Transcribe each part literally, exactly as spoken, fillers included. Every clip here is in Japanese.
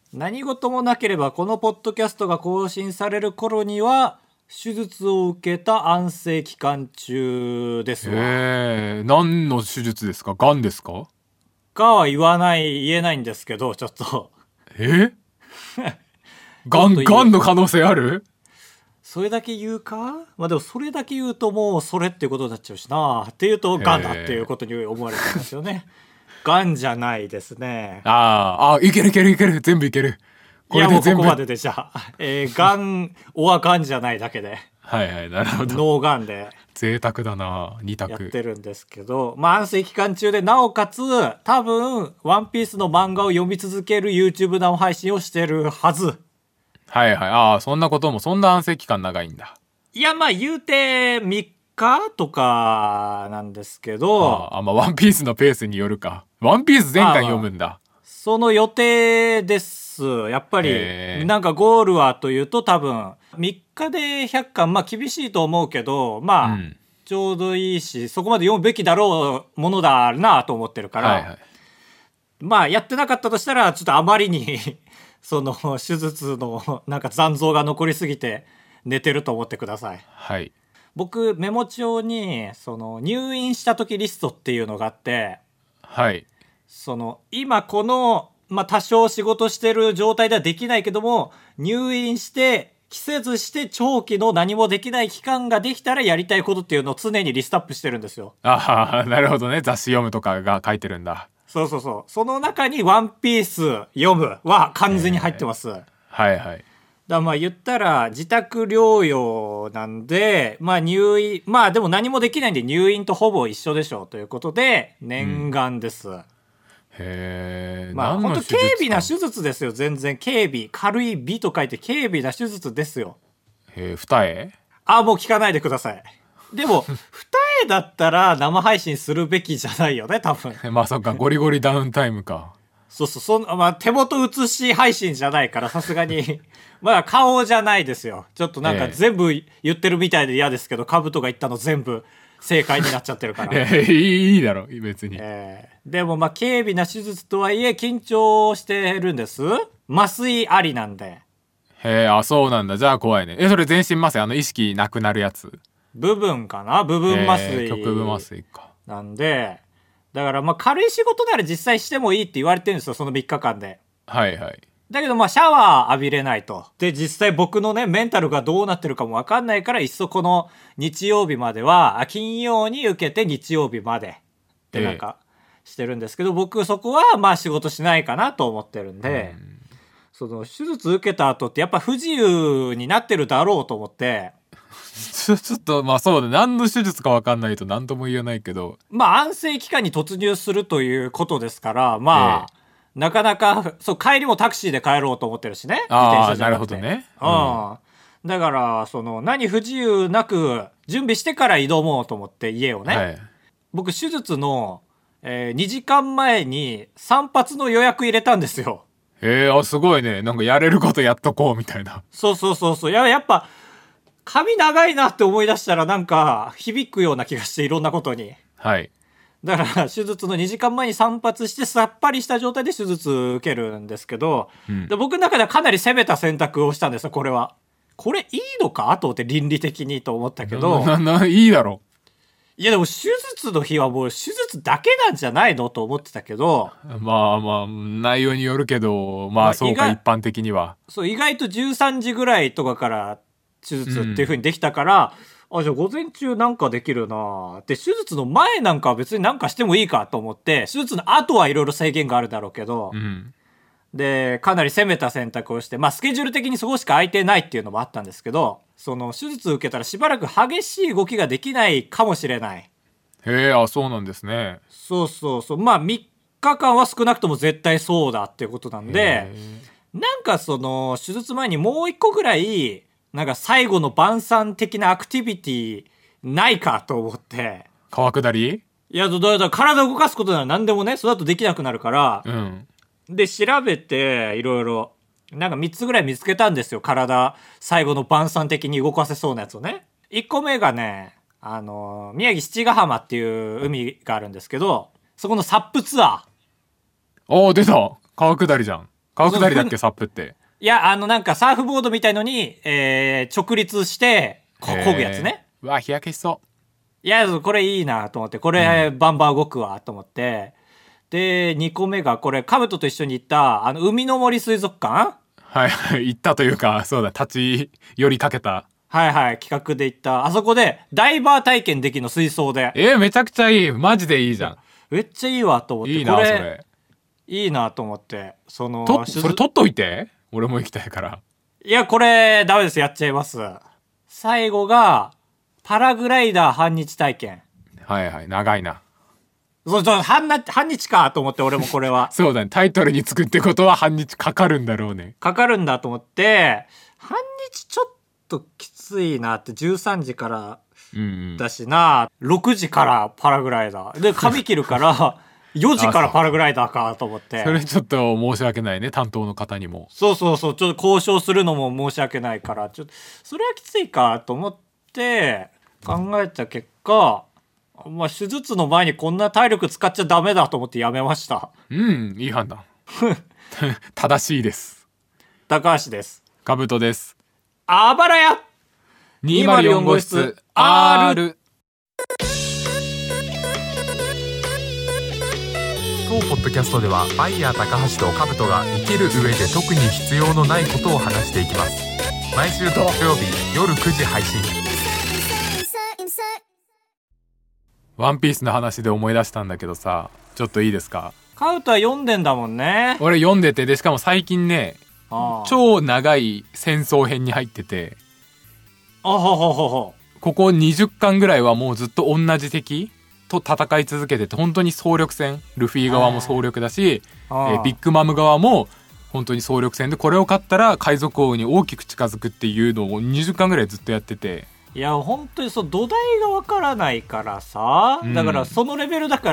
何事もなければこのポッドキャストが更新される頃には手術を受けた安静期間中ですわ。 えー、何の手術ですか？がんですか？ かは言わない言えないんですけど、ちょっとえがん、がんの可能性ある？ それだけ言うか？まあでもそれだけ言うともうそれっていうことになっちゃうしな。っていうとがんだっていうことに思われてますよね。がんじゃないですね。 あーあ、いけるいけるいける、全部いける。 いやもうここまででじゃあ、えー、がんおはがんじゃないだけで、 はいはい、なるほど。 脳がんで贅沢だな、に択やってるんですけど、まあ安静期間中でなおかつ多分ワンピースの漫画を読み続ける YouTube 生配信をしてるはず。 はいはい。ああ、そんなことも、そんな安静期間長いんだ。 いやまあ言うてみっかとかなんですけど、 ああ、まあワンピースのペースによるか。ワンピース全巻読むんだ。 その予定です。やっぱりなんかゴールはというと多分みっかでひゃっかん、まあ厳しいと思うけど、まあ、うん、ちょうどいいし、そこまで読むべきだろうものだなと思ってるから、はいはい、まあやってなかったとしたらちょっとあまりにその手術のなんか残像が残りすぎて寝てると思ってください。 はい。 僕メモ帳にその入院した時リストっていうのがあって、 はい。 その今このまあ多少仕事してる状態ではできないけども、入院して季節して長期の何もできない期間ができたらやりたいことっていうのを常にリストアップしてるんですよ。 ああ、なるほどね。雑誌読むとかが書いてるんだ。 そうそうそう。その中にワンピース読むは完全に入ってます。はいはい。 だからまあ言ったら自宅療養なんで、まあ入院、まあでも何もできないんで入院とほぼ一緒でしょうということで念願です。うん、へえ。 まあ本当軽微な手術ですよ。全然軽微、軽い微と書いて軽微な手術ですよ。 へえ、二重？ あ、もう聞かないでください。でも二重だったら生配信するべきじゃないよね、多分。 まあそっか、ゴリゴリダウンタイムか。 そうそう、そんまあ手元映し配信じゃないからさすがにまあ顔じゃないですよ。ちょっとなんか全部言ってるみたいで嫌ですけど、カブトが言ったの全部正解になっちゃってるから。 えー、いいだろ別に。 えー、でもまあ軽微な手術とはいえ緊張してるんです。麻酔ありなんで。 へえ、あ、そうなんだ。じゃあ怖いね。え、それ全身麻酔、あの意識なくなるやつ？ 部分かな、部分麻酔。 局部麻酔か。 なんで、だからまあ軽い仕事なら実際してもいいって言われてるんですよ、そのみっかかんで。 はいはい。 だけどまあシャワー浴びれないと。で、実際僕のね、メンタルがどうなってるかもわかんないから、いっそこの日曜日までは、金曜に受けて日曜日までってなんかしてるんですけど、ええ、僕そこはまあ仕事しないかなと思ってるんで、うん、その手術受けた後ってやっぱ不自由になってるだろうと思って、 ちょちょっとまあそうだ、何の手術か分かんないと何とも言えないけど、 まあ安静期間に突入するということですから、まあ、ええ、なかなかそう帰りもタクシーで帰ろうと思ってるしね。 ああ、なるほどね。 うん。だからその何不自由なく準備してから挑もうと思って家をね。はい、僕手術の、えー、にじかんまえに散髪の予約入れたんですよ。 へえ、あ、すごいね。なんかやれることやっとこうみたいな。 そうそうそうそう。ややっぱ髪長いなって思い出したらなんか響くような気がして、いろんなことに。 はい。 だから手術のにじかんまえに散髪してさっぱりした状態で手術受けるんですけど、うん、で僕の中ではかなり攻めた選択をしたんですよ。これはこれいいのかと思って、倫理的にと思ったけど、 ななないいだろ。 いやでも手術の日はもう手術だけなんじゃないのと思ってたけど、 まあまあ内容によるけど、まあそうか、まあ、一般的にはそう意外とじゅうさんじぐらいとかから手術っていう風にできたから、うん、あ、じゃあ午前中なんかできるなで、手術の前なんかは別になんかしてもいいかと思って、手術の後はいろいろ制限があるだろうけど、うん、でかなり攻めた選択をして、まあスケジュール的にそこしか空いてないっていうのもあったんですけど、その手術受けたらしばらく激しい動きができないかもしれない。 へえ、あ、そうなんですね。 そうそうそう、まあみっかかんは少なくとも絶対そうだっていうことなんで、なんかその手術前にもう一個ぐらいなんか最後の晩餐的なアクティビティないかと思って。 川下り？ いや、だから体を動かすことなら何でもね、その後できなくなるから、うん、で調べていろいろなんかみっつぐらい見つけたんですよ。体最後の晩餐的に動かせそうなやつをね。いっこめがね、あの宮城七ヶ浜っていう海があるんですけど、そこのサップツアー。 おー、出た、川下りじゃん。 川下りだっけサップって。 いや、あのなんかサーフボードみたいのに、えー、直立してこ漕ぐやつね。 うわ日焼けしそう。 いやこれいいなと思って、これ、うん、バンバン動くわと思って、でにこめがこれカブトと一緒に行ったあの海の森水族館、 はいはい行ったというか、そうだ立ち寄りかけた、 はいはい企画で行った、あそこでダイバー体験できるの、水槽で。 えー、めちゃくちゃいい、マジでいいじゃん。 めっちゃいいわと思って、 いいなこれそれいいなと思って、そのとそれ撮っといて、俺も行きたいから。 いやこれダメです、やっちゃいます。最後がパラグライダー半日体験。 はいはい長いな。 そうそう半な半日かと思って、俺もこれはそうだね、タイトルにつくってことは半日かかるんだろうね。 かかるんだと思って、半日ちょっときついなって、じゅうさんじからだしな、うんうん、ろくじからパラグライダーで髪切るからよじからパラグライダーかと思って。 それちょっと申し訳ないね、担当の方にも。 そうそうそう、ちょっと交渉するのも申し訳ないから、ちょっとそれはきついかと思って考えた結果、まあ、手術の前にこんな体力使っちゃダメだと思ってやめました。 うん、いい判断正しいです。 高橋です。 かぶとです。 あばらやにまるよん号室 R。 当ポッドキャストではバイヤー高橋とかぶとが生きる上で特に必要のないことを話していきます。毎週土曜日夜くじ配信。ワンピースの話で思い出したんだけどさ、ちょっといいですか。 カウトは読んでんだもんね。 俺読んでて、でしかも最近ね、ああ超長い戦争編に入ってて、 あほほほほここにじゅっかんぐらいはもうずっと同じ敵と戦い続けてて、本当に総力戦、ルフィ側も総力だし、えー、ビッグマム側も本当に総力戦で、これを勝ったら海賊王に大きく近づくっていうのをにじゅっかんぐらいずっとやってて、 いや本当にそう土台がわからないからさ、うん、だからそのレベルだから、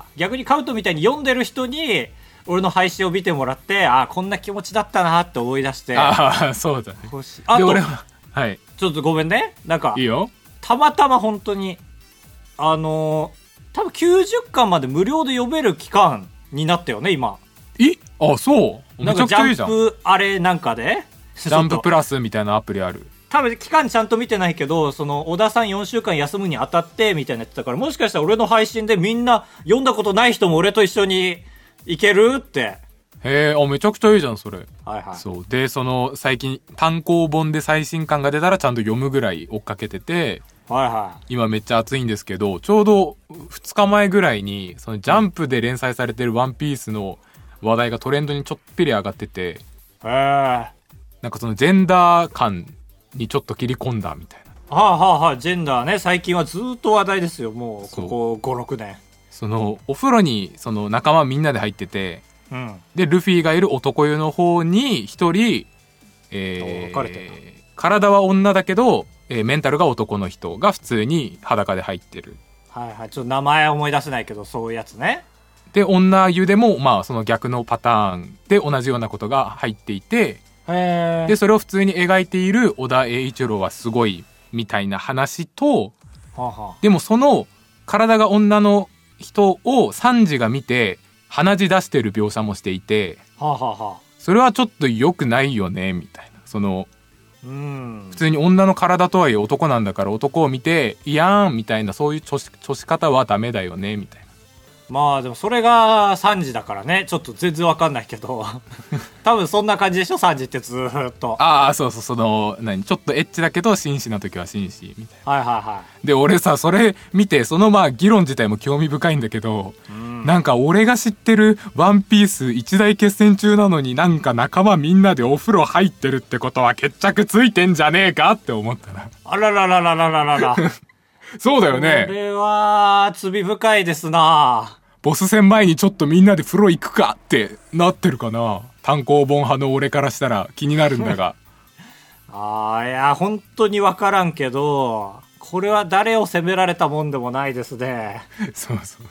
逆にカウトみたいに読んでる人に俺の配信を見てもらって、あこんな気持ちだったなって思い出して。 ああそうだね。 あと俺ははいちょっとごめんね、なんかいいよ、 たまたま本当にあのー、多分きゅうじゅっかんまで無料で読める期間になったよね今。 えあそうめちゃくちゃいいじゃん。 ジャンプあれなんかでジャンププラスみたいなアプリある。 多分期間ちゃんと見てないけど、その小田さんよんしゅうかん休むにあたってみたいなやってたから、もしかしたら俺の配信でみんな読んだことない人も俺と一緒にいけるって。 へえ、あめちゃくちゃいいじゃんそれ。 はいはい。 そうで、その最近単行本で最新刊が出たらちゃんと読むぐらい追っかけてて、 はいはい。 今めっちゃ熱いんですけど、ちょうどふつかまえぐらいにそのジャンプで連載されてるワンピースの話題がトレンドにちょっぴり上がってて、へえ。 なんかそのジェンダー感にちょっと切り込んだみたいな。 はあはあはあ、ジェンダーね、最近はずっと話題ですよ、もうここごろくねん。 そのお風呂にその仲間みんなで入ってて、 うん、でルフィがいる男湯の方に一人、えー、体は女だけど、えー、メンタルが男の人が普通に裸で入ってる。 はいはい、ちょっと名前思い出せないけどそういうやつね。 で女湯でもまあその逆のパターンで同じようなことが入っていて、 へでそれを普通に描いている小田栄一郎はすごいみたいな話と、 はあはあ、 でもその体が女の人をサンジが見て鼻血出してる描写もしていて、 はあはあはあ、 それはちょっと良くないよねみたいな。そのうん普通に女の体とはいえ男なんだから男を見ていやーんみたいな、そういう調子し方はダメだよねみたいな。 まあでもそれがさんじだからね、ちょっと全然わかんないけど多分そんな感じでしょさんじってずーっと。 ああそうそう、その何ちょっとエッチだけど紳士な時は紳士みたいな。はいはいはい。 で俺さそれ見て、そのまあ議論自体も興味深いんだけど、うん、なんか俺が知ってるワンピース一大決戦中なのに、なんか仲間みんなでお風呂入ってるってことは決着ついてんじゃねえかって思ったな。 あららららららららそうだよね。 これは罪深いですな。 ボス戦前にちょっとみんなで風呂行くかってなってるかな。単行本派の俺からしたら気になるんだがああ、いや本当に分からんけど、これは誰を責められたもんでもないですね。 そうそう、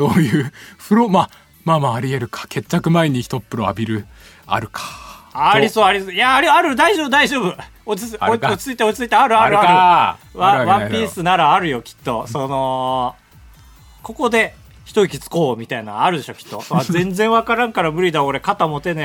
そういう風呂、まあまあまあありえるか。決着前に一風呂浴びる、あるか。 ありそうありそう。いやあるある、大丈夫大丈夫。落ち着落ち着いて落ち着いて、あるあるある。あるワ, ワンピースならあるよきっと。そのここで一息つこうみたいなあるでしょきっと。全然わからんから無理だ、俺肩持てねえわ。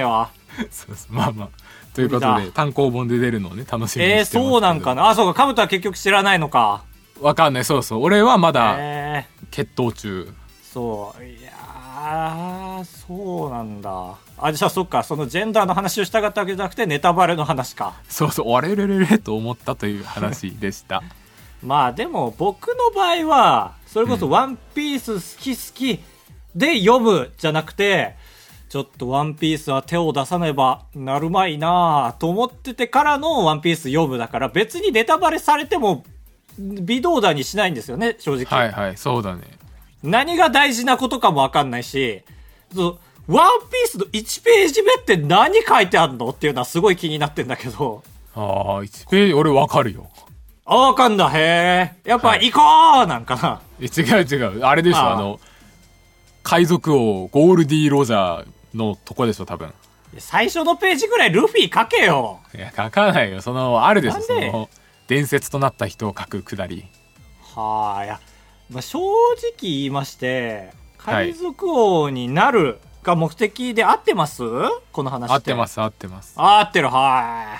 そうそう、まあまあということで単行本で出るのをね楽しみにしてます。 えー、そうなんかな。あ、そうか、カブトは結局知らないのか。 わかんない。そうそう、俺はまだ決闘中、 えー、そういやーそうなんだ。あ、じゃあそっか、そのジェンダーの話をしたかったわけじゃなくてネタバレの話か。 そうそう、あれれれれと思ったという話でしたまあでも僕の場合はそれこそワンピース好き好きで読むじゃなくて、ちょっとワンピースは手を出さねばなるまいなと思っててからのワンピース読むだから、別にネタバレされても微動だにしないんですよね、正直。 はいはい、そうだね。 何が大事なことかも分かんないし、ワンピースのいちページ目って何書いてあるのっていうのはすごい気になってんだけど。 ああ、いちページ俺分かるよ。 あ、分かんだ。へえ、やっぱ行こうなんかな、はい、 違う違う、あれでしょ、あ, あの海賊王ゴールディ・ロジャーのとこでしょ多分。 最初のページぐらいルフィ書けよ。 いや書かないよ、そのあるでしょ、その伝説となった人を書くくだり。 はあ、いや、まあ、正直言いまして海賊王になるが目的で合ってます、はい、この話って。 合ってます合ってます合ってる。はい、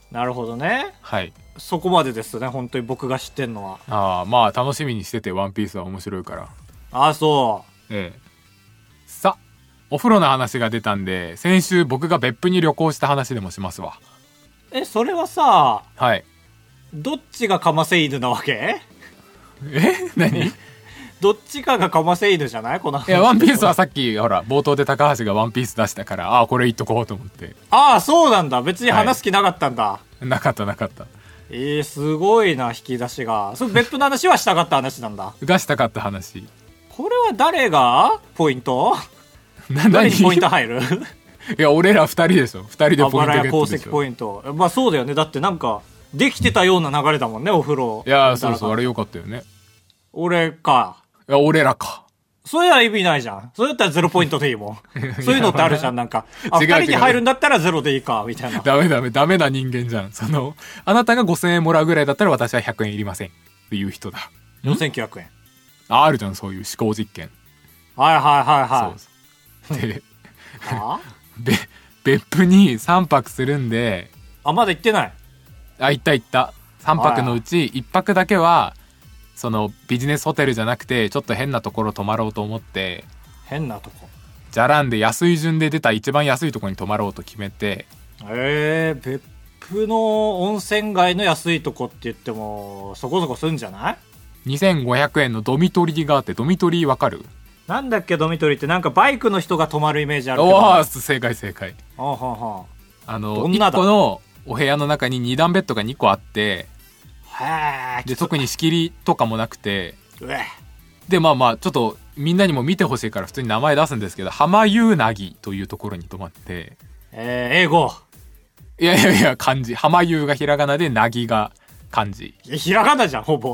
なるほどね。 はい、 そこまでですね、本当に僕が知ってんのは。 ああ、まあ楽しみにしてて、ワンピースは面白いから。 ああ、そう。 ええ。さ、お風呂の話が出たんで、先週僕が別府に旅行した話でもしますわ。 え、それはさ、 はい、 どっちがかませ犬なわけ？ え何どっちかがかませ犬じゃないこの話。 いや、ワンピースはさっきほら冒頭で高橋がワンピース出したから、ああこれ言っとこうと思って。 ああ、そうなんだ。別に話す気なかったんだ。はい、なかったなかった。 えー、すごいな、引き出しが。それ別府の話はしたかった話なんだ。 がしたかった話。 これは誰がポイント？ な誰にポイント入る？ いや、俺ら二人でしょ。二人でポイントゲットでしょ。あばらや功績ポイント。まあそうだよね。だってなんかできてたような流れだもんね、お風呂。 いや、そうそう、あれよかったよね。 俺か。 いや、俺らか。 それは意味ないじゃん。それだったらゼロポイントでいいもん。そういうのってあるじゃん、なんか。あ、二人に入るんだったらゼロでいいか、みたいな。 ダメダメ、ダメな人間じゃん。その、あなたがごせんえんもらうぐらいだったら私はひゃくえんいりません。っていう人だ。 よんせんきゅうひゃくえん。 あ、あるじゃん、そういう思考実験。 はいはいはいはい。 そうで、 はべ、別府にさんぱくするんで。 あ、まだ行ってない。 あ、行った行った。さんぱくのうちいっぱくだけは、そのビジネスホテルじゃなくてちょっと変なところ泊まろうと思って、 変なとこじゃらんで安い順で出た一番安いところに泊まろうと決めて。 えー、別府の温泉街の安いとこって言ってもそこそこすんじゃない？ にせんごひゃくえんのドミトリーがあって。ドミトリーわかる？ なんだっけドミトリーって。なんかバイクの人が泊まるイメージあるけど。 おお、正解正解。 あははあのいっこのお部屋の中ににだんベッドがにこあって、で特に仕切りとかもなくて、でまあまあちょっとみんなにも見てほしいから普通に名前出すんですけど、浜湯凪というところに泊まって。 えー、英語。 いやいやいや、漢字。浜湯がひらがなで凪が漢字。 ひらがなじゃんほぼ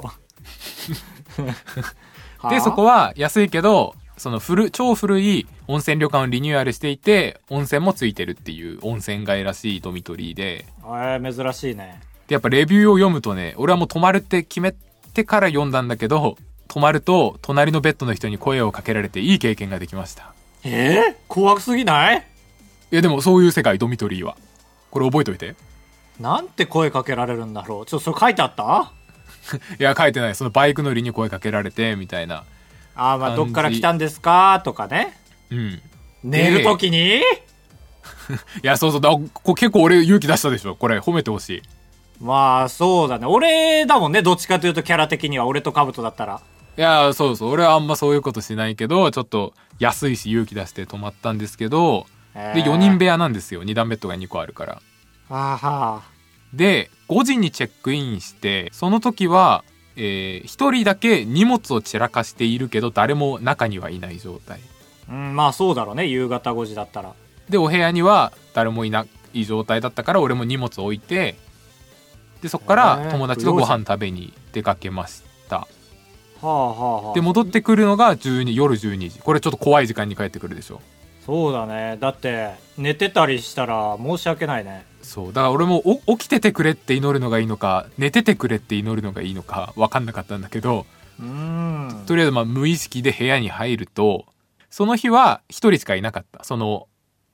でそこは安いけど、その古超古い温泉旅館をリニューアルしていて、温泉もついてるっていう温泉街らしいドミトリーで。 えー、珍しいね。 でやっぱレビューを読むとね、俺はもう泊まるって決めてから読んだんだけど、泊まると隣のベッドの人に声をかけられていい経験ができました。 えー、怖すぎない？ いやでもそういう世界、ドミトリーは。これ覚えといて。 なんて声かけられるんだろう。ちょっとそれ書いてあった？ いや書いてない。そのバイク乗りに声かけられてみたいな。 ああ、まあどっから来たんですかとかね。 うん。 寝るときにいやそうそうだ、こ結構俺勇気出したでしょ。これ褒めてほしい。 まあそうだね、俺だもんね、どっちかというとキャラ的には。俺とカブトだったら。 いやそうそう、俺はあんまそういうことしないけど、ちょっと安いし勇気出して泊まったんですけど、でよにん部屋なんですよ。にだんベッドがにこあるから。 あはでごじにチェックインして、その時は、えー、ひとりだけ荷物を散らかしているけど誰も中にはいない状態。 うん、まあそうだろうね、夕方ごじだったら。 でお部屋には誰もいない状態だったから、俺も荷物を置いて、でそこから友達とご飯食べに出かけました。はあはあはあ。 で戻ってくるのがじゅうに夜じゅうにじ。これちょっと怖い時間に帰ってくるでしょ。 そうだね、だって寝てたりしたら申し訳ないね。 そうだから俺も起きててくれって祈るのがいいのか、寝ててくれって祈るのがいいのか分かんなかったんだけど、 うーん、 とりあえずまあ無意識で部屋に入ると、その日はひとりしかいなかった。その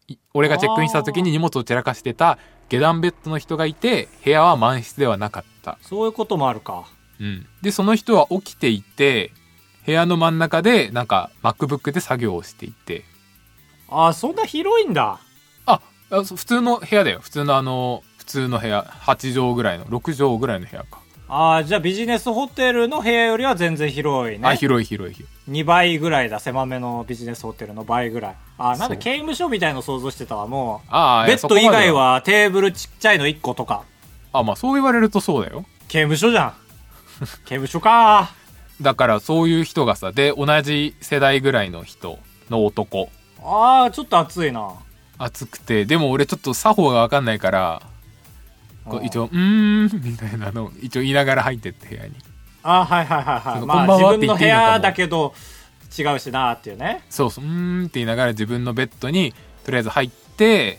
俺がチェックインした時に荷物を散らかしてた下段ベッドの人がいて、部屋は満室ではなかった。 そういうこともあるか。 うん。でその人は起きていて、部屋の真ん中でなんか MacBook で作業をしていて。 ああ、そんな広いんだ。 あ、普通の部屋だよ。普通のあの普通の部屋、はちじょうぐらいの、ろくじょうぐらいの部屋か。 ああ、じゃあビジネスホテルの部屋よりは全然広いね。 あ、広い広い広い。 にばいぐらいだ。狭めのビジネスホテルの倍ぐらい。ああ、なんだ刑務所みたいの想像してたわ。もうあベッド以外はテーブルちっちゃいのいっことか。 あ、まあそう言われるとそうだよ。 刑務所じゃん。刑務所か。 だからそういう人がさ、で同じ世代ぐらいの人の男。 ああ、ちょっと暑いな。 暑くて、でも俺ちょっと作法が分かんないから、こう一応うーんみたいなの一応言いながら入ってって部屋に。 あ、はいはいはいはい。まあ自分の部屋だけど違うしなっていうね。 そうそう、うーんって言いながら自分のベッドにとりあえず入って、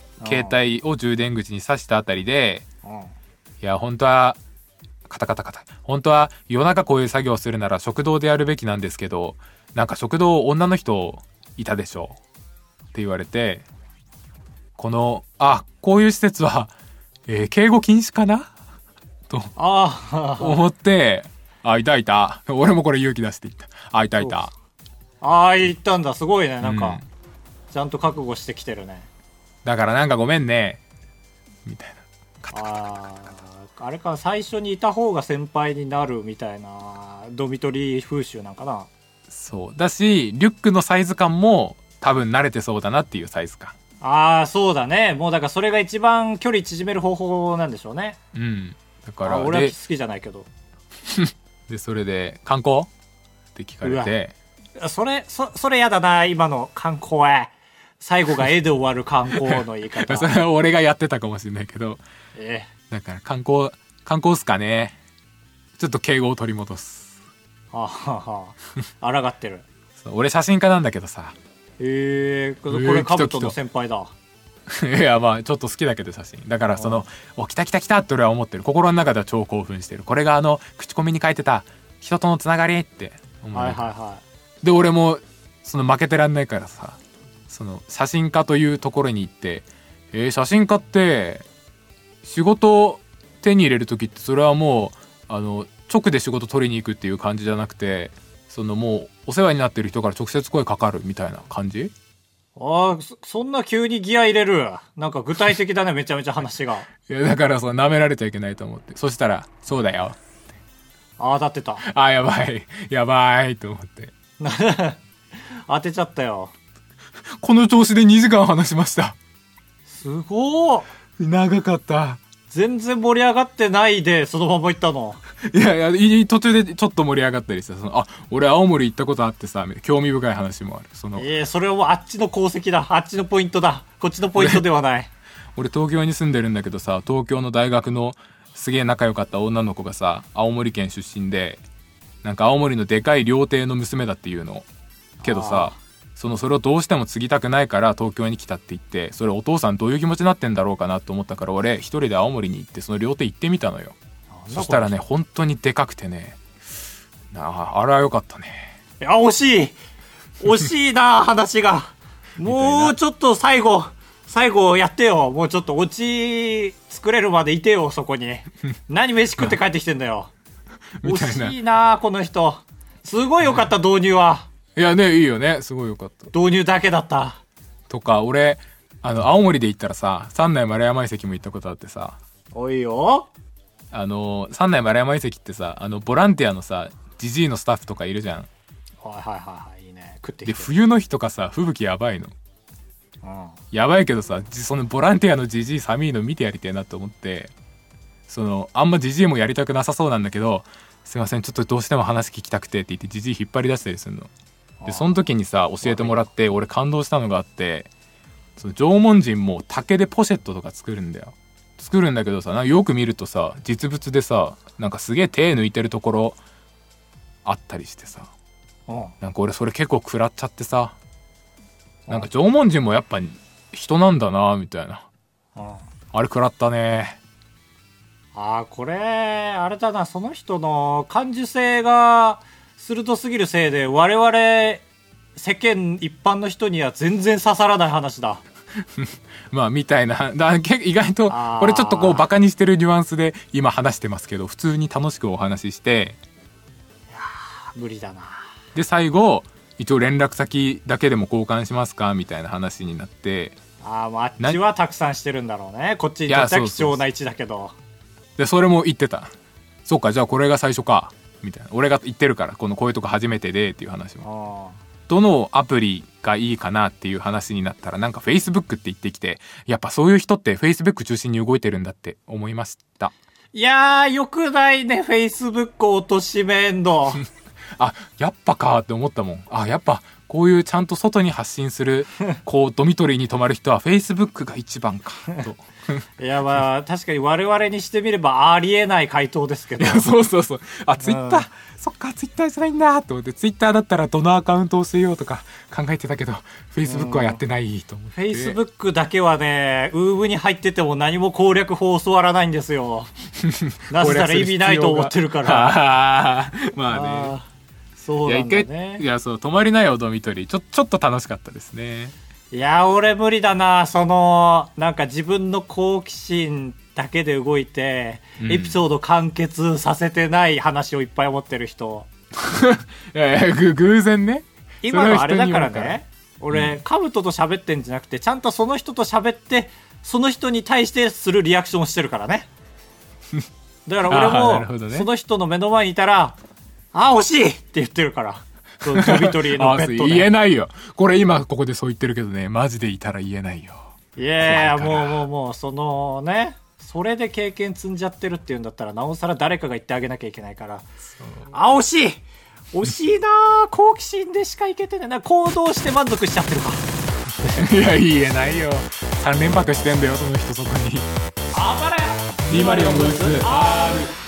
携帯を充電口に挿したあたりで、いや本当はカタカタカタ、本当は夜中こういう作業するなら食堂でやるべきなんですけど、なんか食堂女の人いたでしょって言われて、このあこういう施設はえー、敬語禁止かなと思って、あ、いたいた。俺もこれ勇気出して言った。あ、いたいた。 ああ、言ったんだ。すごいね。なんか、うん、ちゃんと覚悟してきてるね。 だからなんかごめんね。みたいな。カタカタカタカタカタ。あれか、最初にいた方が先輩になるみたいな、ドミトリー風習なんかな。 そう。だし、リュックのサイズ感も多分慣れてそうだなっていうサイズ感。 ああ、そうだね。もうだからそれが一番距離縮める方法なんでしょうね。 うん。だから俺は好きじゃないけど。 でそれで観光って聞かれて、 それそそれやだな。今の観光へ最後が絵で終わる観光の言い方。 それは俺がやってたかもしれないけど、 ええ、だから観光観光っすかね。ちょっと敬語を取り戻す。 はあ、はあ、抗ってる。 そう、俺写真家なんだけどさ。 えー、これカブトの先輩だ。 いや、まあちょっと好きだけど写真だから、そのお来た来た来たって俺は思ってる。心の中では超興奮してる。これがあの口コミに書いてた人とのつながりって思う。 はいはいはい。 で俺もその負けてらんないからさ、その写真家というところに行って、えー、写真家って仕事手に入れる時ってそれはもうあの直で仕事取りに行くっていう感じじゃなくて、そのもうお世話になってる人から直接声かかるみたいな感じ。 ああ、そ, そんな急にギア入れる。なんか具体的だね。めちゃめちゃ話が。 いやだからその舐められちゃいけないと思って、そしたらそうだよ。 ああ、当たってた。 ああ、やばいやばいと思って当てちゃったよ。 この調子でにじかん話しました。 すごー。 長かった。 全然盛り上がってないでそのまま行ったの。 いやいや、途中でちょっと盛り上がったりした。そのあ、俺青森行ったことあってさ、興味深い話もある。そのえー、それはもうあっちの功績だ。あっちのポイントだ。こっちのポイントではない。 俺東京に住んでるんだけどさ、東京の大学のすげえ仲良かった女の子がさ、青森県出身で、なんか青森のでかい料亭の娘だっていうのけどさ、そのそれをどうしても継ぎたくないから東京に来たって言って、それお父さんどういう気持ちになってんだろうかなと思ったから、俺一人で青森に行ってその料亭行ってみたのよ。そしたらね、本当にでかくてね、ああれは良かったね。 いや、惜しい惜しいな話が。もうちょっと最後最後やってよ。もうちょっとオチ作れるまでいてよ、そこに。何飯食って帰ってきてんだよ。惜しいなこの人。すごい良かった、導入は。 いやね、いいよね、すごい良かった。 導入だけだったとか、俺あの青森で行ったらさ、三内丸山遺跡も行ったことあってさ。 おいよ。 あの三内丸山遺跡ってさ、あのボランティアのさジジイのスタッフとかいるじゃん。 はいはいはいはい、いいね。食ってきて。 で冬の日とかさ、吹雪やばいの、うん、やばいけどさ、そのボランティアのジジイ寒いの見てやりてえなと思って、そのあんまジジイもやりたくなさそうなんだけど、すいませんちょっとどうしても話聞きたくてって言ってジジイ引っ張り出したりするので、その時にさ教えてもらって俺感動したのがあって、その縄文人も竹でポシェットとか作るんだよ。作るんだけどさ、なんかよく見るとさ、実物でさ、なんかすげえ手抜いてるところあったりしてさ、なんか俺それ結構食らっちゃってさ、なんか縄文人もやっぱ人なんだなみたいな、あれ食らったね。 あー、これあれだな、その人の感受性が鋭すぎるせいで我々世間一般の人には全然刺さらない話だ。 まあみたいなだ意外とこれちょっとこうバカにしてるニュアンスで今話してますけど、普通に楽しくお話しして、 いや無理だな。 で最後一応連絡先だけでも交換しますかみたいな話になって、 ああ、あっちはたくさんしてるんだろうね。こっちにとっては貴重な位置だけど。 でそれも言ってた。そうか、じゃあこれが最初かみたいな、俺が言ってるからこのこういうとこ初めてでっていう話も、どのアプリがいいかなっていう話になったら、なんか Facebook って言ってきて、やっぱそういう人って Facebook 中心に動いてるんだって思いました。 いやーよくないね Facebook を貶めんのあ、やっぱかって思ったもん。あ、やっぱこういうちゃんと外に発信するこうドミトリーに泊まる人は Facebook が一番かといやまあ確かに我々にしてみればありえない回答ですけど。いやそうそうそう。あ、ツイッター、そっかツイッターじゃないんだと思って、ツイッターだったらどのアカウントを教えようとか考えてたけど Facebook はやってないと思って、 Facebook だけはねウーブに入ってても何も攻略法教わらないんですよなぜなら意味ないと思ってるからまあね、 そうなんだね。 いや一回いやそう泊まりなよドミトリー、ちょちょっと楽しかったですね。 いや俺無理だな。そのなんか自分の好奇心だけで動いて、うん、エピソード完結させてない話をいっぱい持ってる人いやいやぐ偶然ね。 今のあれだからね、俺、うん、カブトと喋ってんじゃなくてちゃんとその人と喋ってその人に対してするリアクションをしてるからねだから俺も、ね、その人の目の前にいたらあ惜しいって言ってるからドミトリーのベッドで言えないよこれ。今ここでそう言ってるけどね、マジでいたら言えないよ。いやいやもうもうもうそのねそれで経験積んじゃってるっていうんだったらなおさら誰かが言ってあげなきゃいけないから。あ惜しい惜しいな。好奇心でしかいけてないな。行動して満足しちゃってるかいや言えないよ。さん連泊してんだよその人そこに。 あばれにまるよんブース R。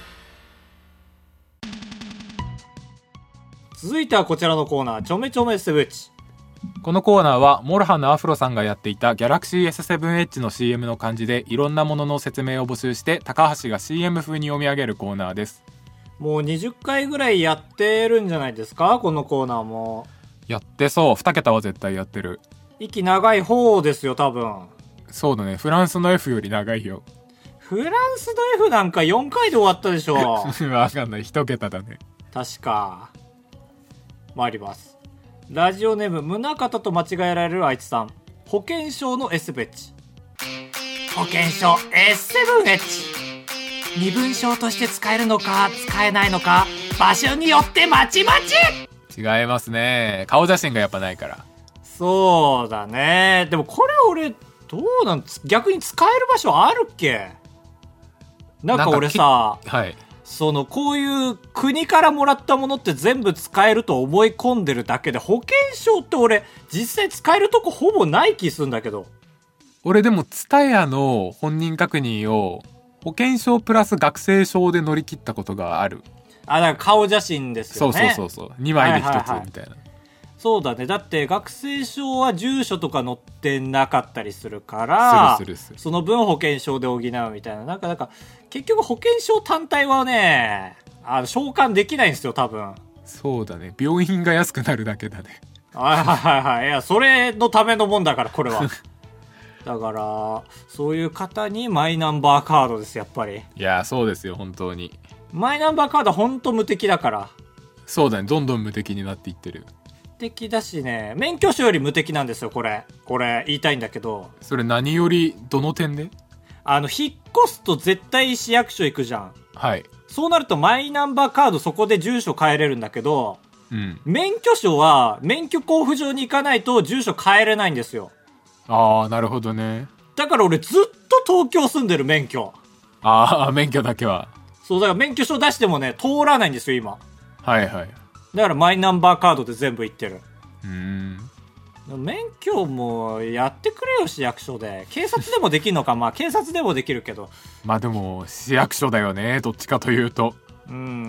続いてはこちらのコーナー、ちょめちょめセブエッジ。 このコーナーはモルハンのアフロさんがやっていた Galaxy エスセブンエッジ の シーエム の漢字でいろんなものの説明を募集して高橋が シーエム 風に読み上げるコーナーです。 もうにじゅっかいぐらいやってるんじゃないですかこのコーナーも。 やってそう。に桁は絶対やってる。 息長い方ですよ多分。 そうだね、フランスの F より長いよ。 フランスの F なんかよんかいで終わったでしょわかんない、いち桁だね確か。参ります。ラジオネーム宗像と間違えられるあいつさん。保険証の S ベッジ。保険証 エスセブンエッジ。身分証として使えるのか使えないのか場所によってまちまち。 違いますね。顔写真がやっぱないから。 そうだね。でもこれ俺どうなん逆に使える場所あるっけ。なんか俺さ、 はい、 そのこういう国からもらったものって全部使えると思い込んでるだけで、保険証って俺実際使えるとこほぼない気するんだけど。 俺でもTSUTAYAの本人確認を保険証プラス学生証で乗り切ったことがある。 あ、だから顔写真ですよね。 そうそうそうそう、にまいでひとつみたいな、はいはいはい。 そうだね。だって学生証は住所とか載ってなかったりするからするするする、 その分保険証で補うみたいな。なんかなんか結局保険証単体はね、あの召喚できないんですよ多分。 そうだね、病院が安くなるだけだね。 はいはいはい。いやそれのためのもんだからこれはだからそういう方にマイナンバーカードですやっぱり。 いやそうですよ本当に。 マイナンバーカードは本当無敵だから。 そうだね、どんどん無敵になっていってる。 無敵だしね、免許証より無敵なんですよこれ。これ言いたいんだけど。 それ何よりどの点で？ あの引っ越すと絶対市役所行くじゃん。 はい。 そうなるとマイナンバーカードそこで住所変えれるんだけど、 うん、 免許証は免許交付所に行かないと住所変えれないんですよ。 ああなるほどね。 だから俺ずっと東京住んでる免許。 ああ免許だけは。 そうだから免許証出してもね通らないんですよ今。 はいはい。 だからマイナンバーカードで全部行ってる。 うーん。 免許もやってくれよ市役所で。警察でもできるのかまあ警察でもできるけど。 まあでも市役所だよねどっちかというと。 うん、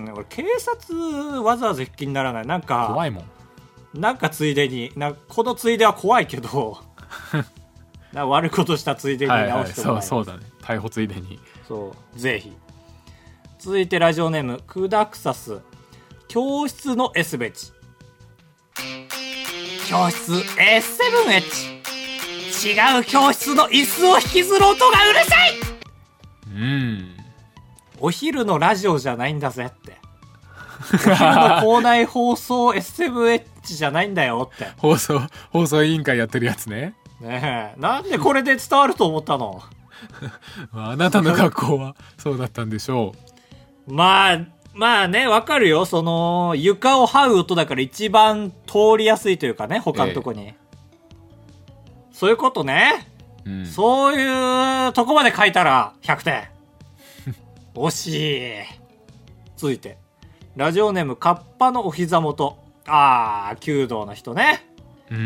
俺警察わざわざ行く気にならない。なんか怖いもん。 なんかついでにな、このついでは怖いけどな悪いことしたついでに直してもらえ、はいはい、 そうそうだね、逮捕ついでに。 そうぜひ。続いてラジオネームクダクサス。教室の S ベッジ。教室 エスセブンエッジ。 違う教室の椅子を引きずる音がうるさい。 うんお昼のラジオじゃないんだぜってお昼の校内放送 エスセブンエイチ じゃないんだよって放送放送委員会やってるやつね。 ねえ、なんでこれで伝わると思ったのあなたの学校はそうだったんでしょう。まあまあね、わかるよ。その床を這う音だから一番通りやすいというかね、他のとこに、ええ、そういうことね、うん、そういうとこまで書いたらひゃくてん惜しい。続いてラジオネームカッパのお膝元。あー弓道の人ね。 うんうん、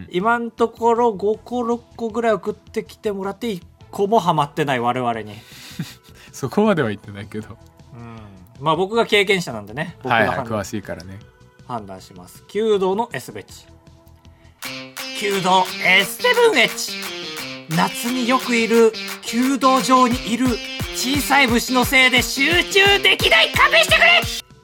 今のところごころっこぐらい送ってきてもらっていっこもハマってない我々にそこまでは言ってないけど、 うん、まあ僕が経験者なんでね、僕がはいはい、詳しいからね判断します。弓道の S ベッチ。弓道 エスセブンエイチ。 夏によくいる弓道場にいる小さい虫のせいで集中できない。勘弁してくれ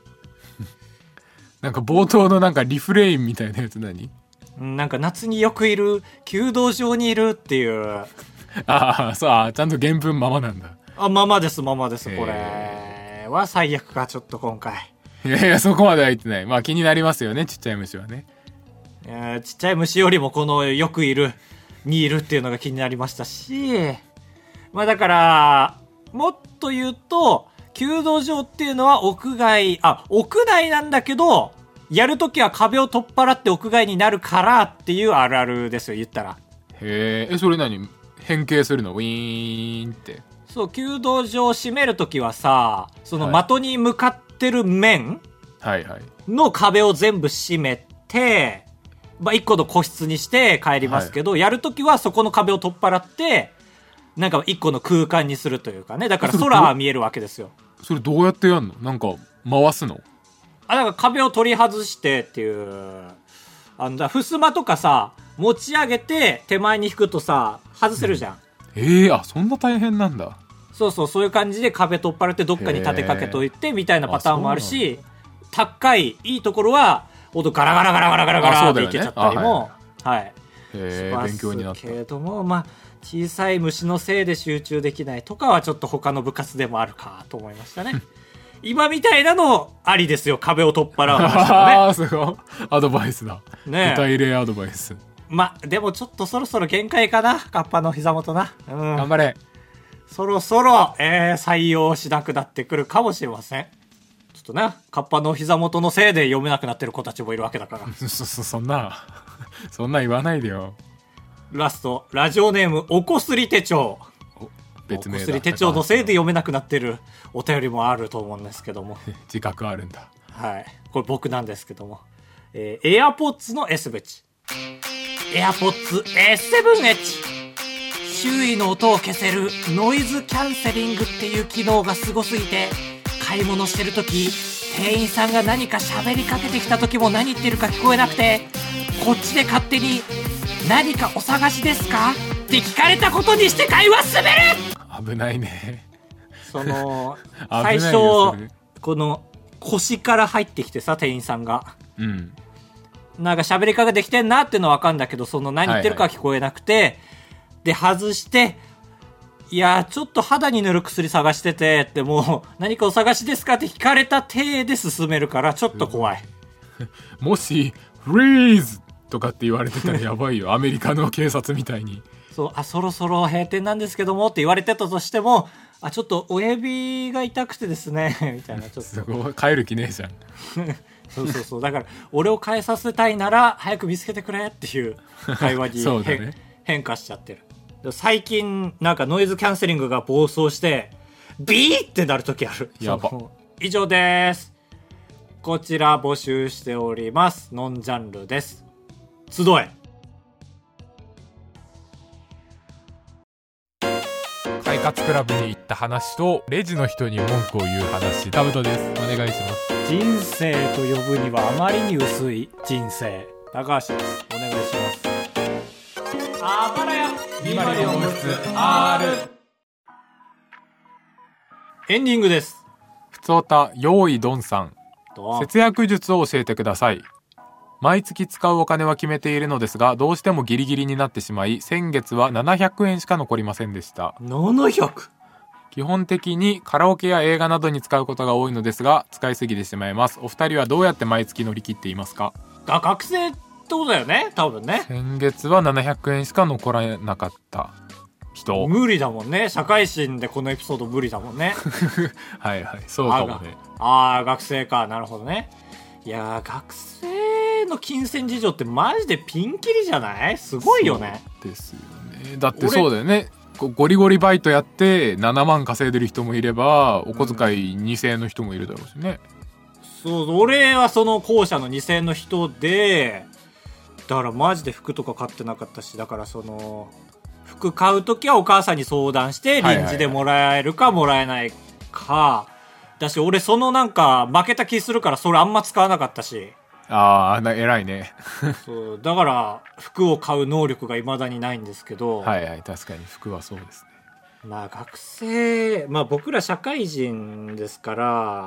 なんか冒頭のなんかリフレインみたいなやつ何？ なんか夏によくいる弓道場にいるっていうああ、そう、ちゃんと原文ままなんだ。 あ、ままですままです。これは最悪か、ちょっと今回。 いやいや、そこまでは言ってない。まあ気になりますよね、ちっちゃい虫はね。 いや、ちっちゃい虫よりもこのよくいるにいるっていうのが気になりましたし、まあだからもっと言うと弓道場っていうのは屋外、あ、屋内なんだけどやるときは壁を取っ払って屋外になるからっていうあるあるですよ、言ったら。 へえ、それ何変形するの？ウィーンって。 そう、弓道場を閉めるときはさ、その的に向かってる面の壁を全部閉めて、まあ一個の個室にして帰りますけど、はい、やるときはそこの壁を取っ払ってなんか一個の空間にするというかね。だから空は見えるわけですよ。 それどうやってやんの？なんか回すの？ あ、だから壁を取り外してっていう、あのだ襖とかさ持ち上げて手前に引くとさ外せるじゃん、 うん、ええー、あ、そんな大変なんだ。 そうそう、そういう感じで壁取っ払ってどっかに立てかけといてみたいなパターンもあるし、高いいいところは音ガラガラガラガラガラガラっていけちゃったりも、はい、 へー、勉強になった。 けれども、まあ小さい虫のせいで集中できないとかはちょっと他の部活でもあるかと思いましたね今みたいなのありですよ、壁を取っ払う話とかね。 ああ、すごいアドバイスだね。具体例アドバイス。 まあでもちょっとそろそろ限界かな、カッパの膝元な、うん、 頑張れ。 そろそろ、えー、採用しなくなってくるかもしれません。ちょっとね、カッパの膝元のせいで読めなくなってる子たちもいるわけだからそ, そ, そんなそんな言わないでよ。 ラスト、ラジオネームおこすり手帳。 別名だ。 おこすり手帳のせいで読めなくなってるお便りもあると思うんですけども自覚あるんだ。 はい、これ僕なんですけども、えー、AirPods の S ベッチ。 AirPods エスセブンエイチ、 周囲の音を消せるノイズキャンセリングっていう機能がすごすぎて、買い物してる時店員さんが何か喋りかけてきた時も何言ってるか聞こえなくて、こっちで勝手に何かお探しですかって聞かれたことにして会話進める。 危ないね。 その最初この腰から入ってきてさ、店員さんが、うん、なんか喋りかけてきてんなっていうのは分かんだけど、その何言ってるか聞こえなくて、はいはい、で外して、いやちょっと肌に塗る薬探しててって、もう何かお探しですかって聞かれた体で進めるからちょっと怖いもしフリーズとかって言われてたらやばいよアメリカの警察みたいに。 そう、あ、そろそろ閉店なんですけどもって言われてたとしても、あ、ちょっと親指が痛くてですねみたいな、ちょっとすごい帰る気ねえじゃんそうそうそう、だから俺を変えさせたいなら早く見つけてくれっていう会話にそうだね、 変化しちゃってる。最近なんかノイズキャンセリングが暴走してビーってなる時ある。 やば。 以上です。こちら募集しております。ノンジャンルです。集え。 快活クラブに行った話とレジの人に文句を言う話。タブトです。お願いします。 人生と呼ぶにはあまりに薄い人生。高橋です。お願いします。あばらやにまるよん号室 R。 エンディングです。 ふつおた、よーいどんさん。節約術を教えてください。 毎月使うお金は決めているのですが、どうしてもギリギリになってしまい、先月はななひゃくえんしか残りませんでした。 ななひゃく？ 基本的にカラオケや映画などに使うことが多いのですが、使いすぎてしまいます。お二人はどうやって毎月乗り切っていますか？ あ、学生ってことだよね、多分ね。 先月はななひゃくえんしか残らなかった人。 無理だもんね。社会人でこのエピソード無理だもんね。 はいはい、そうかもね。 ああ、学生か。なるほどね。いやー、学生の金銭事情ってマジでピンキリじゃない？すごいよね。 そうですよね。だってそうだよね。ゴリゴリバイトやってななまん稼いでる人もいれば、お小遣いにせんえんの人もいるだろうしね。 そう、俺はその後者のにせんえんの人で、だからマジで服とか買ってなかったし、だからその服買うときはお母さんに相談して臨時でもらえるかもらえないかだし、俺そのなんか負けた気するからそれあんま使わなかったし。 ああ、偉いね。 そうだから服を買う能力が未だにないんですけど。 はいはい、確かに服はそうですね。 まあ学生、まあ僕ら社会人ですから、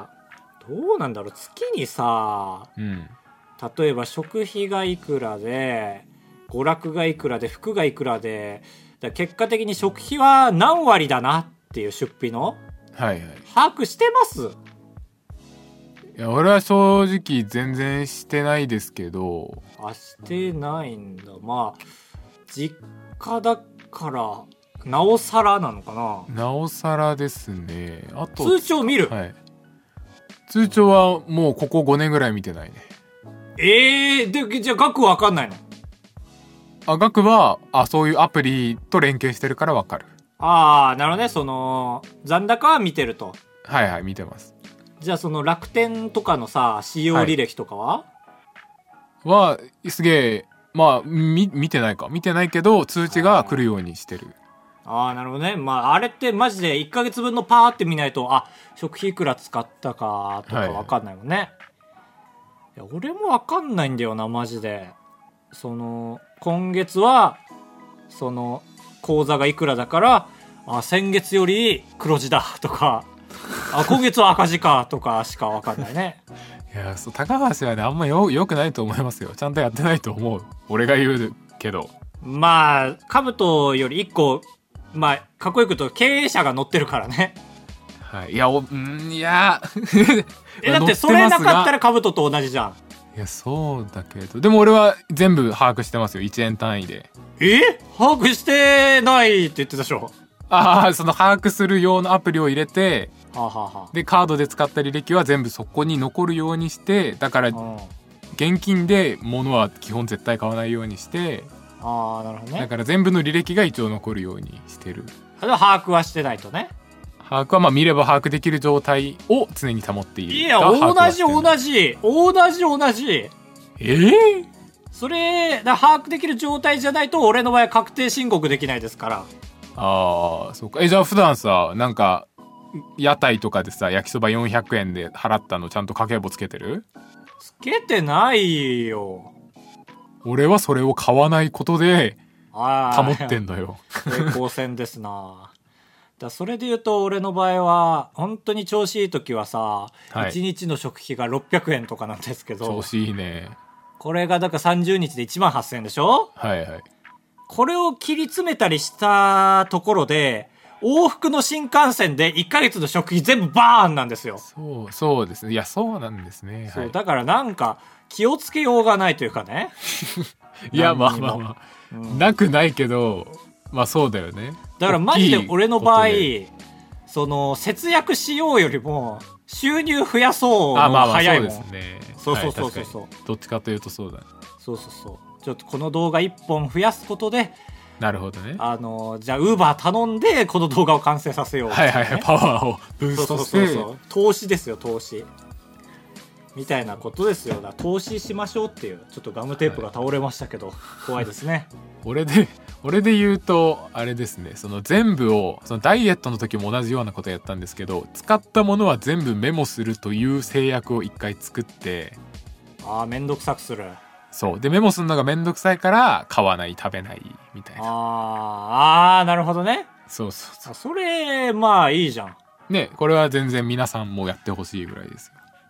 どうなんだろう、月にさ、うん、例えば食費がいくらで娯楽がいくらで服がいくらで、だ結果的に食費は何割だなっていう出費の、 はいはい、 把握してます？ いや俺は正直全然してないですけど。 あ、してないんだ。まあ実家だからなおさらなのかな。 なおさらですね。あと通帳見る？ はい、通帳はもうここごねんぐらい見てないね。 ええー、でじゃあ額わかんないの？ あ、額はあそういうアプリと連携してるからわかる。 ああ、なるほどね。その残高は見てると。 はいはい、見てます。 じゃあその楽天とかのさ使用履歴とかは、 はい、はすげえ、まあみ見てないか見てないけど通知が来るようにしてる。 ああ、なるほどね。まああれってマジでいっかげつぶんのパーって見ないと、あ、食費いくら使ったかとか分かんないもんね、はい、いや俺も分かんないんだよなマジで。その今月はその口座がいくらだから、あ、先月より黒字だとかあ、今月は赤字かとかしか分かんないね。 いや、そう、高橋はねあんまよよくないと思いますよ。ちゃんとやってないと思う。俺が言うけど。 まあ兜よりいっこ、まあかっこよく言うと経営者が乗ってるからね。 はい。いや、おんいやえだってそれなかったら兜と同じじゃん。 いやそうだけど、でも俺は全部把握してますよ、いちえん単位で。 え把握してないって言ってたでしょ。 ああ、その把握する用のアプリを入れて、 はあはあはあ、 でカードで使った履歴は全部そこに残るようにして、だから現金で物は基本絶対買わないようにして、 ああ、なるほどね。 だから全部の履歴が一応残るようにしてる。 それは把握はしてないとね。 把握はまあ見れば把握できる状態を常に保っている。 いや同じ同じ同じ同じええー、 それだ把握できる状態じゃないと俺の場合は確定申告できないですから。 ああ、そうか。え、じゃあ普段さ、なんか屋台とかでさ焼きそばよんひゃくえんで払ったのちゃんと家計簿つけてる？ つけてないよ。 俺はそれを買わないことで保ってんだよ。 平行線ですな。だそれで言うと俺の場合は本当に調子いい時はさ、はい、いちにちの食費がろっぴゃくえんとかなんですけど、 調子いいね。 これがだからさんじゅうにちでいちまんはっせんえんでしょ。 はいはい。 これを切り詰めたりしたところで往復の新幹線でいっかげつの食費全部バーンなんですよ。 そうそうですね。いやそうなんですね。 そう、 はい、 だからなんか気をつけようがないというかね。 いやまあまあまあ、うん、なくないけど、まあそうだよね。 だからマジで俺の場合その節約しようよりも収入増やそうの早いもん。あ、まあまあそうですね。 そうそうそうそうそう、はい、どっちかというとそうだね。 そうそうそう。ちょっとこの動画いっぽん増やすことで、 なるほどね。 あのじゃあウーバー頼んでこの動画を完成させよう、ね、 はいはいはい、パワーをブーストして。 そうそうそうそう、投資ですよ投資みたいなことですよ。だ投資しましょうっていう。ちょっとガムテープが倒れましたけど、はい、怖いですね。 俺で俺で言うとあれですね、その全部をそのダイエットの時も同じようなことやったんですけど、使ったものは全部メモするという制約を一回作って。 ああ、めんどくさくする。 そうでメモするのがめんどくさいから買わない食べないみたいな。 ああ、なるほどね。 そうそうそう。 それまあいいじゃんね。これは全然皆さんもやってほしいぐらいですよ。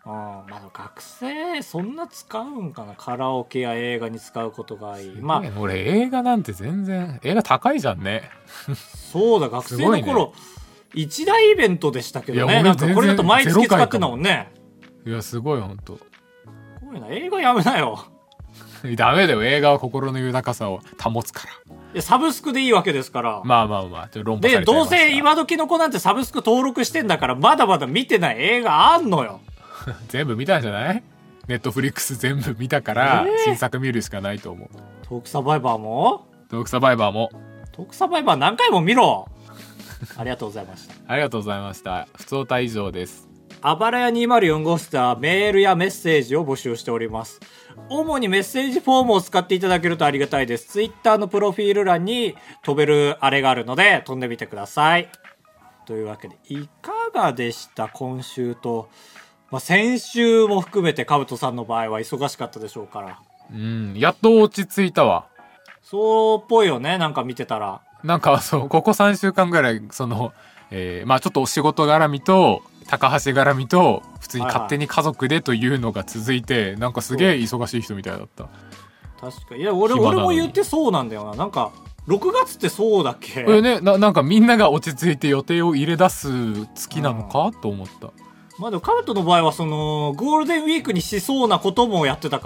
あまあ、学生そんな使うんかな、カラオケや映画に使うことがいい。まあ俺映画なんて全然、映画高いじゃんね。 そうだ、学生の頃、ね、一大イベントでしたけどね。なんかこれだと毎月使ってんだもんね。 いやすごい、ほんとすごいな。映画やめなよ。 ダメだよ、映画は心の豊かさを保つから。 いやサブスクでいいわけですから。 まあまあまあ、論破されちゃいました。でどうせ今時の子なんてサブスク登録してんだから、まだまだ見てない映画あんのよ。 全部見たんじゃない？ネットフリックス全部見たから、えー、新作見るしかないと思う。 トークサバイバーもトークサバイバーもトークサバイバー何回も見ろ。ありがとうございました。 ありがとうございました。ふつおた以上です。 あばらやにまるよん号室ではメールやメッセージを募集しております。主にメッセージフォームを使っていただけるとありがたいです。ツイッターのプロフィール欄に飛べるあれがあるので飛んでみてください。というわけでいかがでした今週と、まあ、先週も含めてカブトさんの場合は忙しかったでしょうから。 うん、やっと落ち着いたわ。 そうっぽいよね、なんか見てたら。 なんかそうここさんしゅうかんぐらいその、えー、まあちょっとお仕事絡みと高橋絡みと普通に勝手に家族でというのが続いて、はいはい、なんかすげえ忙しい人みたいだった。 確かに。いや 俺, 俺も言ってそうなんだよな。なんかろくがつってそうだっけ。 え、ね、な, なんかみんなが落ち着いて予定を入れ出す月なのか、うん、と思った。 まあでもカブトの場合はそのゴールデンウィークにしそうなこともやってたから、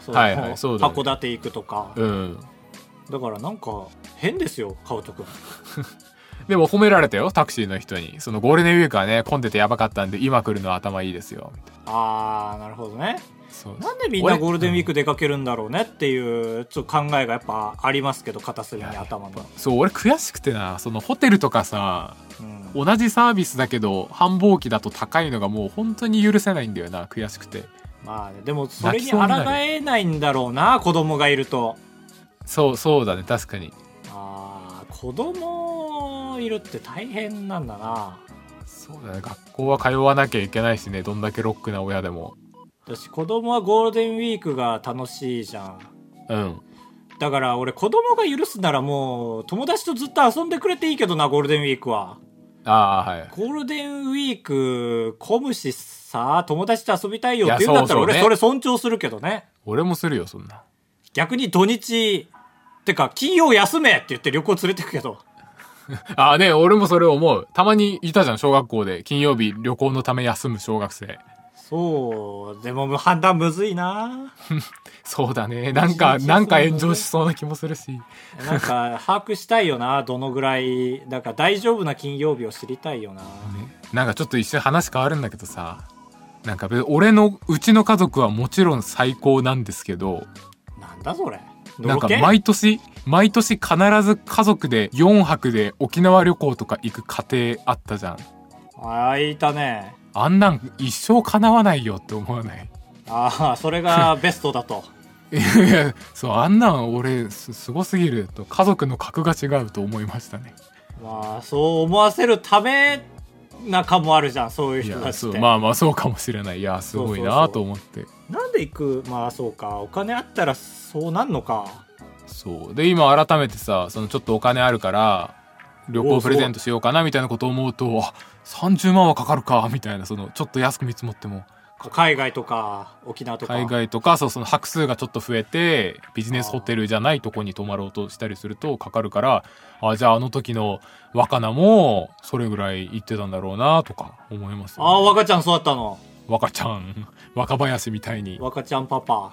その、はいはい、そうだね、函館行くとか、うん、だからなんか変ですよカブト君。 でも褒められたよ、タクシーの人に。そのゴールデンウィークはね混んでてやばかったんで今来るのは頭いいですよみたいな。 あーなるほどね。そうなんでみんなゴールデンウィーク出かけるんだろうねっていうちょっと考えがやっぱありますけど、片隅に頭の。 そう俺悔しくてな、そのホテルとかさ、うん、同じサービスだけど繁忙期だと高いのがもう本当に許せないんだよな、悔しくて。 まあ、ね、でもそれに抗えないんだろうな、子供がいると。 そうそうだね、確かに。 あー子供いるって大変なんだな。 そうだね、学校は通わなきゃいけないしね、どんだけロックな親でも。 私子供はゴールデンウィークが楽しいじゃん。 うんだから俺子供が許すならもう友達とずっと遊んでくれていいけどな、ゴールデンウィークは。 ああはい。 ゴールデンウィーク混むしさ、友達と遊びたいよって言うんだったら俺それ尊重するけどね。 俺もするよそんな。 逆に土日てか金曜休めって言って旅行連れてくけど。 ああね、俺もそれ思う。たまにいたじゃん、小学校で金曜日旅行のため休む小学生。 そうでも判断むずいな。 そうだね、なんかなんか炎上しそうな気もするし、 なんか把握したいよな、どのぐらいだから大丈夫な金曜日を知りたいよな、ね、 なんかちょっと一瞬話変わるんだけどさ、なんか俺のうちの家族はもちろん最高なんですけど、 なんだそれ、 なんか毎年毎年必ず家族でよんはくで沖縄旅行とか行く家庭あったじゃん。 ああいたね。 あんなん一生叶わないよって思わない？ ああそれがベストだと。 いやそう、あんなん俺 す, すごすぎると、家族の格が違うと思いましたね。 まあそう思わせるため仲もあるじゃん、そういう人たちって。いやそう、 まあまあそうかもしれない。いやすごいなと思って。そうそうそう、 なんで行く、まあそうか、お金あったらそうなんのか。 そうで今改めてさ、そのちょっとお金あるから旅行プレゼントしようかなみたいなことを思うと、あさんじゅうまんはかかるかみたいな、そのちょっと安く見積もっても海外とか沖縄とか海外とか、そうその泊数がちょっと増えてビジネスホテルじゃないとこに泊まろうとしたりするとかかるから、あじゃああの時の若菜もそれぐらい言ってたんだろうなとか思います、ね、 ああ若ちゃんそうだったの。 若ちゃん若林みたいに若ちゃんパパ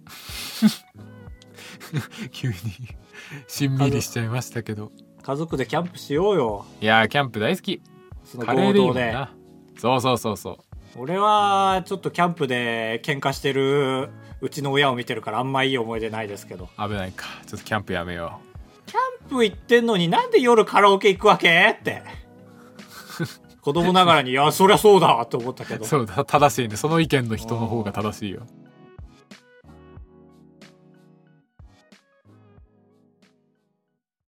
急にしんみりしちゃいましたけど、 家族でキャンプしようよ。 いやキャンプ大好き。 その合同で。 そうそうそうそう。俺はちょっとキャンプで喧嘩してるうちの親を見てるからあんまいい思い出ないですけど。 危ないか、ちょっとキャンプやめよう。キャンプ行ってんのになんで夜カラオケ行くわけって子供ながらにいやそりゃそうだと思ったけど。 そうだ、正しいね、その意見の人の方が正しいよ。